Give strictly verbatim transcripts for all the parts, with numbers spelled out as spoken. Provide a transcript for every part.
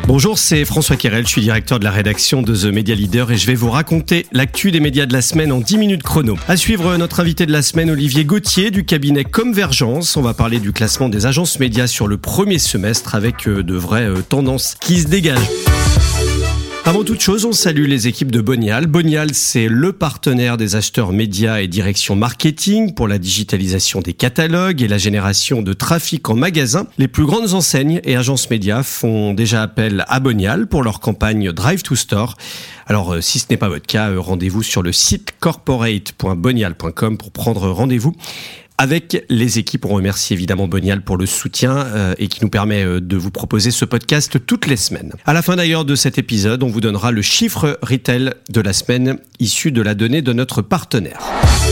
Bonjour, c'est François Quérel, je suis directeur de la rédaction de The Media Leader et je vais vous raconter l'actu des médias de la semaine en dix minutes chrono. À suivre notre invité de la semaine, Olivier Gauthier du cabinet Convergence. On va parler du classement des agences médias sur le premier semestre avec de vraies tendances qui se dégagent. Avant toute chose, on salue les équipes de Bonial. Bonial, c'est le partenaire des acheteurs médias et direction marketing pour la digitalisation des catalogues et la génération de trafic en magasin. Les plus grandes enseignes et agences médias font déjà appel à Bonial pour leur campagne Drive to Store. Alors, si ce n'est pas votre cas, rendez-vous sur le site corporate point bonial point com pour prendre rendez-vous avec les équipes. On remercie évidemment Bonial pour le soutien euh, et qui nous permet euh, de vous proposer ce podcast toutes les semaines. À la fin d'ailleurs de cet épisode, on vous donnera le chiffre retail de la semaine issu de la donnée de notre partenaire.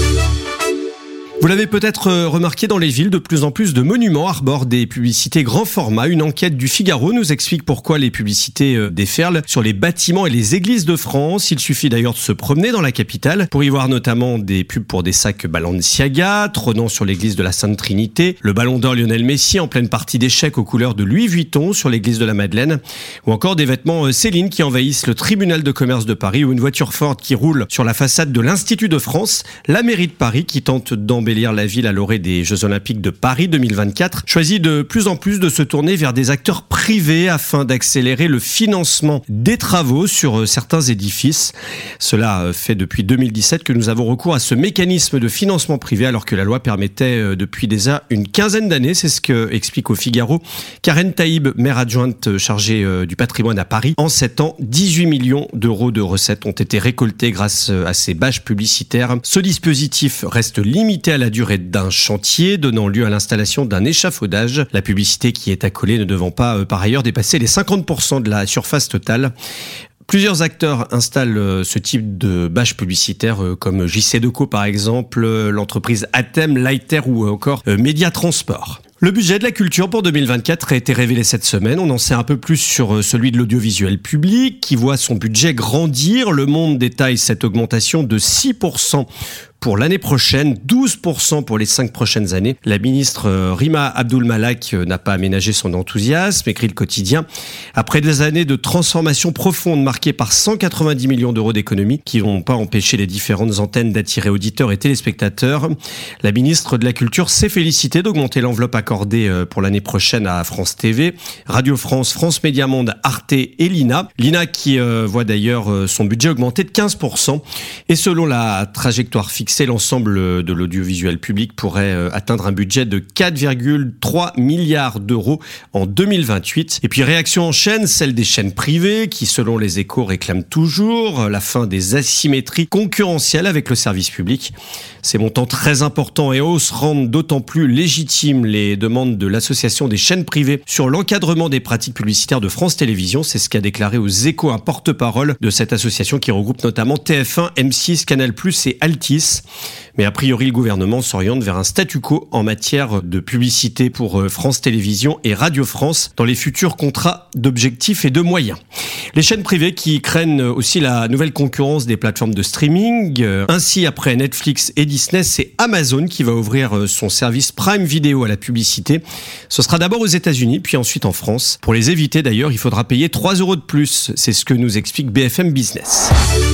Vous l'avez peut-être remarqué, dans les villes, de plus en plus de monuments arborent des publicités grand format. Une enquête du Figaro nous explique pourquoi les publicités déferlent sur les bâtiments et les églises de France. Il suffit d'ailleurs de se promener dans la capitale pour y voir notamment des pubs pour des sacs Balenciaga, trônant sur l'église de la Sainte Trinité, le Ballon d'Or Lionel Messi en pleine partie d'échecs aux couleurs de Louis Vuitton sur l'église de la Madeleine, ou encore des vêtements Céline qui envahissent le tribunal de commerce de Paris, ou une voiture Ford qui roule sur la façade de l'Institut de France, la mairie de Paris qui tente d'embellir la ville à l'orée des Jeux Olympiques de Paris deux mille vingt-quatre, choisit de plus en plus de se tourner vers des acteurs privés afin d'accélérer le financement des travaux sur certains édifices. Cela fait depuis deux mille dix-sept que nous avons recours à ce mécanisme de financement privé alors que la loi permettait depuis déjà une quinzaine d'années. C'est ce que explique au Figaro Karen Taïb, maire adjointe chargée du patrimoine à Paris. En sept ans, dix-huit millions d'euros de recettes ont été récoltés grâce à ces bâches publicitaires. Ce dispositif reste limité à la durée d'un chantier, donnant lieu à l'installation d'un échafaudage. La publicité qui est accolée ne devant pas, par ailleurs, dépasser les cinquante pour cent de la surface totale. Plusieurs acteurs installent ce type de bâche publicitaire, comme J C Decaux par exemple, l'entreprise Atem, Lighter ou encore Média Transport. Le budget de la culture pour deux mille vingt-quatre a été révélé cette semaine. On en sait un peu plus sur celui de l'audiovisuel public qui voit son budget grandir. Le Monde détaille cette augmentation de six pour cent pour l'année prochaine, douze pour cent pour les cinq prochaines années. La ministre Rima Abdul-Malak n'a pas aménagé son enthousiasme, écrit le quotidien. Après des années de transformation profonde marquées par cent quatre-vingt-dix millions d'euros d'économies qui n'ont pas empêché les différentes antennes d'attirer auditeurs et téléspectateurs, la ministre de la Culture s'est félicitée d'augmenter l'enveloppe accordée pour l'année prochaine à France T V, Radio France, France Média Monde, Arte et l'I N A. L'I N A qui euh, voit d'ailleurs son budget augmenter de quinze pour cent. Et selon la trajectoire fixée, l'ensemble de l'audiovisuel public pourrait atteindre un budget de quatre virgule trois milliards d'euros en deux mille vingt-huit. Et puis réaction en chaîne, celle des chaînes privées qui, selon les Échos, réclament toujours la fin des asymétries concurrentielles avec le service public. Ces montants très importants et hausses rendent d'autant plus légitimes les demandes de l'association des chaînes privées sur l'encadrement des pratiques publicitaires de France Télévisions. C'est ce qu'a déclaré aux Échos un porte-parole de cette association qui regroupe notamment T F un, M six, Canal plus et Altice. Mais a priori, le gouvernement s'oriente vers un statu quo en matière de publicité pour France Télévisions et Radio France dans les futurs contrats d'objectifs et de moyens. Les chaînes privées qui craignent aussi la nouvelle concurrence des plateformes de streaming. Ainsi, après Netflix et Disney, c'est Amazon qui va ouvrir son service Prime Video à la publicité. Ce sera d'abord aux États-Unis, puis ensuite en France. Pour les éviter d'ailleurs, il faudra payer trois euros de plus. C'est ce que nous explique B F M Business.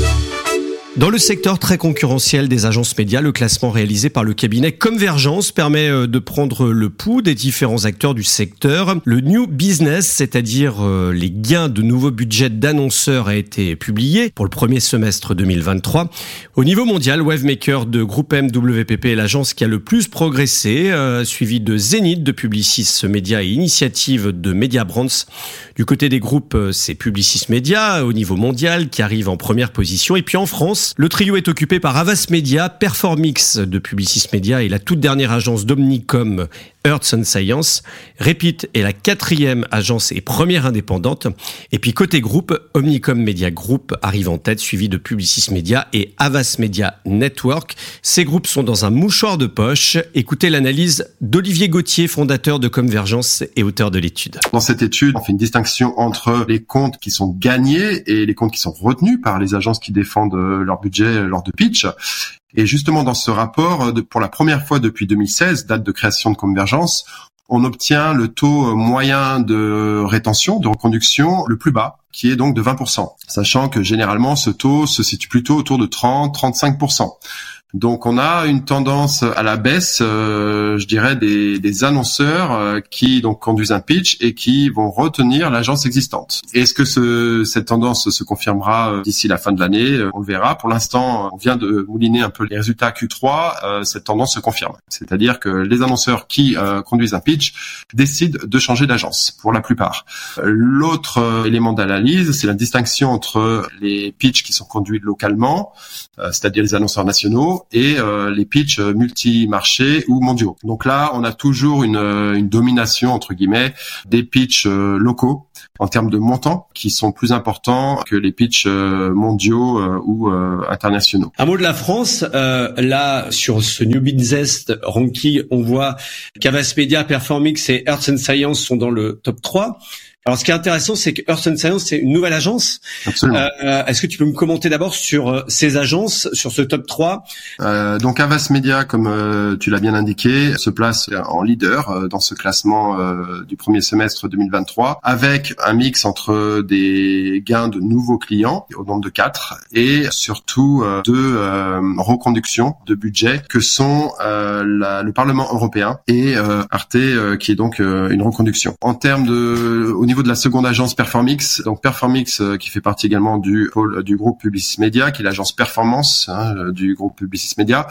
Dans le secteur très concurrentiel des agences médias, le classement réalisé par le cabinet Convergence permet de prendre le pouls des différents acteurs du secteur. Le New Business, c'est-à-dire les gains de nouveaux budgets d'annonceurs, a été publié pour le premier semestre deux mille vingt-trois. Au niveau mondial, Wavemaker de Groupe M W P P est l'agence qui a le plus progressé, euh, suivi de Zenith de Publicis Media et Initiative de Media Brands. Du côté des groupes, c'est Publicis Media au niveau mondial qui arrive en première position. Et puis en France, le trio est occupé par Havas Media, Performix de Publicis Media et la toute dernière agence d'Omnicom, Earth and Science. Repeat est la quatrième agence et première indépendante. Et puis côté groupe, Omnicom Media Group arrive en tête, suivi de Publicis Media et Havas Media Network. Ces groupes sont dans un mouchoir de poche. Écoutez l'analyse d'Olivier Gauthier, fondateur de Convergence et auteur de l'étude. Dans cette étude, on fait une distinction entre les comptes qui sont gagnés et les comptes qui sont retenus par les agences qui défendent leur budget lors de pitch. Et justement, dans ce rapport, pour la première fois depuis deux mille seize, date de création de Convergence, on obtient le taux moyen de rétention, de reconduction le plus bas, qui est donc de vingt pour cent, sachant que généralement ce taux se situe plutôt autour de trente à trente-cinq pour cent. Donc on a une tendance à la baisse, euh, je dirais, des, des annonceurs euh, qui donc conduisent un pitch et qui vont retenir l'agence existante. Est-ce que ce, cette tendance se confirmera euh, d'ici la fin de l'année? euh, On le verra. Pour l'instant, on vient de mouliner un peu les résultats Q trois. Euh, cette tendance se confirme. C'est-à-dire que les annonceurs qui euh, conduisent un pitch décident de changer d'agence, pour la plupart. Euh, l'autre euh, élément d'analyse, c'est la distinction entre les pitchs qui sont conduits localement, euh, c'est-à-dire les annonceurs nationaux, et euh, les pitchs multi-marchés ou mondiaux. Donc là, on a toujours une, une domination, entre guillemets, des pitchs euh, locaux en termes de montants qui sont plus importants que les pitchs euh, mondiaux euh, ou euh, internationaux. Un mot de la France. Euh, là, sur ce New Business Ranking, on voit qu'Avas Media, Performix et Earth and Science sont dans le top trois. Alors, ce qui est intéressant, c'est que Earth and Science, c'est une nouvelle agence. Absolument. Euh, est-ce que tu peux me commenter d'abord sur euh, ces agences, sur ce top trois? euh, Donc, Havas Media, comme euh, tu l'as bien indiqué, se place en leader euh, dans ce classement euh, du premier semestre deux mille vingt-trois, avec un mix entre des gains de nouveaux clients, au nombre de quatre, et surtout euh, deux euh, reconductions de budget que sont euh, la, le Parlement européen et euh, Arte, euh, qui est donc euh, une reconduction. En termes de... Au niveau de la seconde agence Performix, donc Performix euh, qui fait partie également du pôle du groupe Publicis Media, qui est l'agence performance hein, du groupe Publicis Media,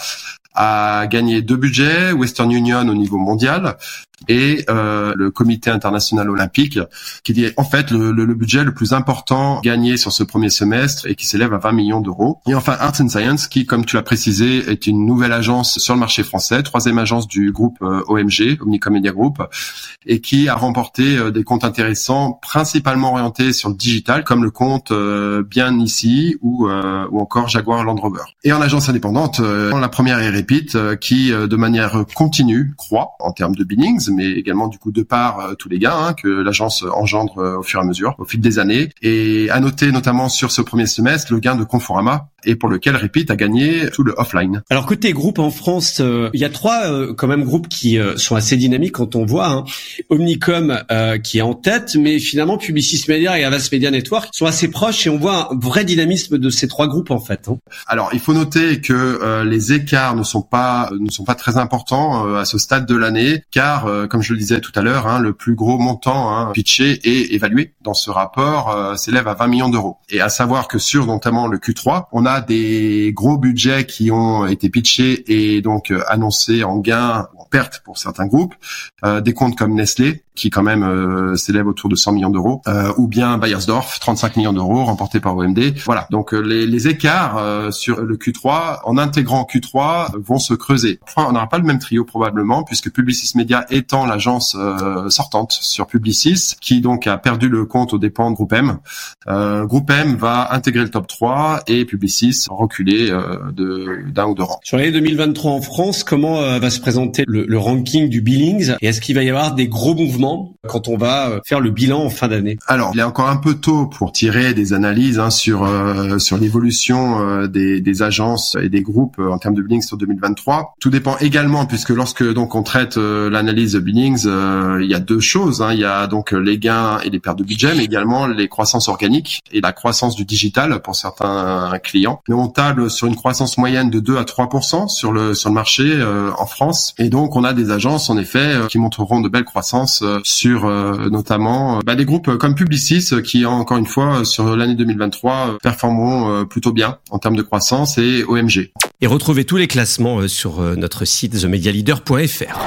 a gagné deux budgets, Western Union au niveau mondial et euh, le Comité international olympique, qui est en fait le, le, le budget le plus important gagné sur ce premier semestre et qui s'élève à vingt millions d'euros. Et enfin Arts and Science, qui, comme tu l'as précisé, est une nouvelle agence sur le marché français, troisième agence du groupe euh, O M G, Omnicom Media Group, et qui a remporté euh, des comptes intéressants, principalement orientés sur le digital, comme le compte euh, Bien Ici ou, euh, ou encore Jaguar Land Rover. Et en agence indépendante, euh, la première est Repeat, euh, qui euh, de manière continue croît en termes de billings, mais également du coup de par euh, tous les gains hein, que l'agence engendre euh, au fur et à mesure, au fil des années. Et à noter notamment sur ce premier semestre le gain de Conforama, et pour lequel Repeat a gagné tout le offline. Alors côté groupe en France, euh, il y a trois euh, quand même groupes qui euh, sont assez dynamiques quand on voit hein. Omnicom euh, qui est en tête, mais finalement Publicis Media et Havas Media Network sont assez proches et on voit un vrai dynamisme de ces trois groupes en fait. Hein. Alors il faut noter que euh, les écarts ne sont pas ne sont pas très importants euh, à ce stade de l'année, car euh, comme je le disais tout à l'heure, hein, le plus gros montant hein, pitché et évalué dans ce rapport euh, s'élève à vingt millions d'euros. Et à savoir que sur notamment le Q trois, on a des gros budgets qui ont été pitchés et donc euh, annoncés en gain ou en perte pour certains groupes, euh, des comptes comme Nestlé qui quand même euh, s'élève autour de cent millions d'euros, euh, ou bien Bayersdorf, trente-cinq millions d'euros remportés par O M D. Voilà, donc euh, les, les écarts euh, sur le Q trois, en intégrant Q trois, vont se creuser. Enfin, on n'aura pas le même trio probablement, puisque Publicis Media étant l'agence euh, sortante sur Publicis, qui donc a perdu le compte aux dépens de Groupe M. Euh, Groupe M va intégrer le top trois et Publicis reculer euh, de, d'un ou deux rangs. Sur l'année deux mille vingt-trois en France, comment euh, va se présenter le, le ranking du Billings et est-ce qu'il va y avoir des gros mouvements quand on va faire le bilan en fin d'année? Alors, il est encore un peu tôt pour tirer des analyses hein, sur euh, sur l'évolution euh, des, des agences et des groupes euh, en termes de billings sur deux mille vingt-trois. Tout dépend également, puisque lorsque donc on traite euh, l'analyse de billings, euh, il y a deux choses. Hein. Il y a donc les gains et les pertes de budget, mais également les croissances organiques et la croissance du digital pour certains clients. Mais on table sur une croissance moyenne de deux à trois pour cent sur le sur le marché euh, en France. Et donc, on a des agences en effet euh, qui montreront de belles croissances euh, sur euh, notamment euh, bah, des groupes comme Publicis euh, qui encore une fois sur l'année deux mille vingt-trois euh, performeront euh, plutôt bien en termes de croissance, et O M G. Et retrouvez tous les classements euh, sur euh, notre site the media leader point f r.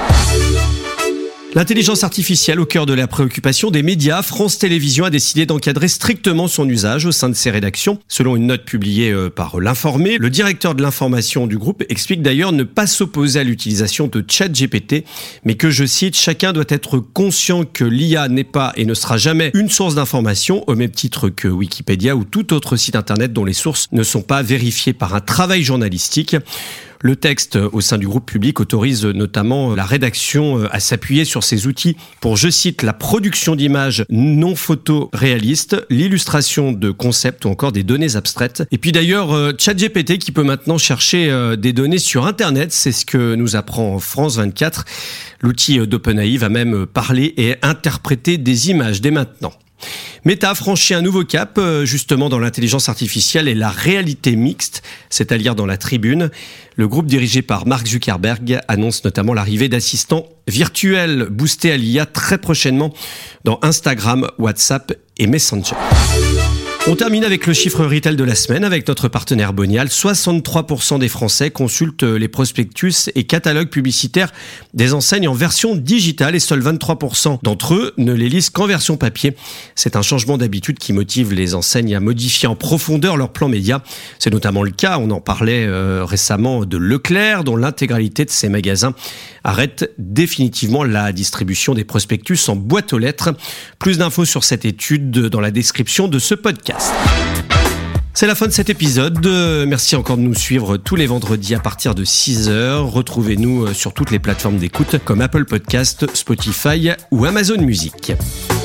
L'intelligence artificielle au cœur de la préoccupation des médias, France Télévisions a décidé d'encadrer strictement son usage au sein de ses rédactions. Selon une note publiée par l'Informé, le directeur de l'information du groupe explique d'ailleurs ne pas s'opposer à l'utilisation de ChatGPT, mais que, je cite, « Chacun doit être conscient que l'I A n'est pas et ne sera jamais une source d'information, au même titre que Wikipédia ou tout autre site internet dont les sources ne sont pas vérifiées par un travail journalistique ». Le texte au sein du groupe public autorise notamment la rédaction à s'appuyer sur ces outils pour, je cite, la production d'images non photoréalistes, l'illustration de concepts ou encore des données abstraites. Et puis d'ailleurs, ChatGPT qui peut maintenant chercher des données sur Internet, c'est ce que nous apprend France vingt-quatre. L'outil d'OpenAI va même parler et interpréter des images dès maintenant. Meta a franchi un nouveau cap, justement dans l'intelligence artificielle et la réalité mixte, c'est à lire dans la Tribune. Le groupe dirigé par Mark Zuckerberg annonce notamment l'arrivée d'assistants virtuels boostés à l'I A très prochainement dans Instagram, WhatsApp et Messenger. On termine avec le chiffre retail de la semaine avec notre partenaire Bonial. soixante-trois pour cent des Français consultent les prospectus et catalogues publicitaires des enseignes en version digitale et seuls vingt-trois pour cent d'entre eux ne les lisent qu'en version papier. C'est un changement d'habitude qui motive les enseignes à modifier en profondeur leur plan média. C'est notamment le cas, on en parlait euh, récemment, de Leclerc, dont l'intégralité de ses magasins arrête définitivement la distribution des prospectus en boîte aux lettres. Plus d'infos sur cette étude dans la description de ce podcast. C'est la fin de cet épisode. Merci encore de nous suivre tous les vendredis à partir de six heures. Retrouvez-nous sur toutes les plateformes d'écoute comme Apple Podcast, Spotify ou Amazon Music.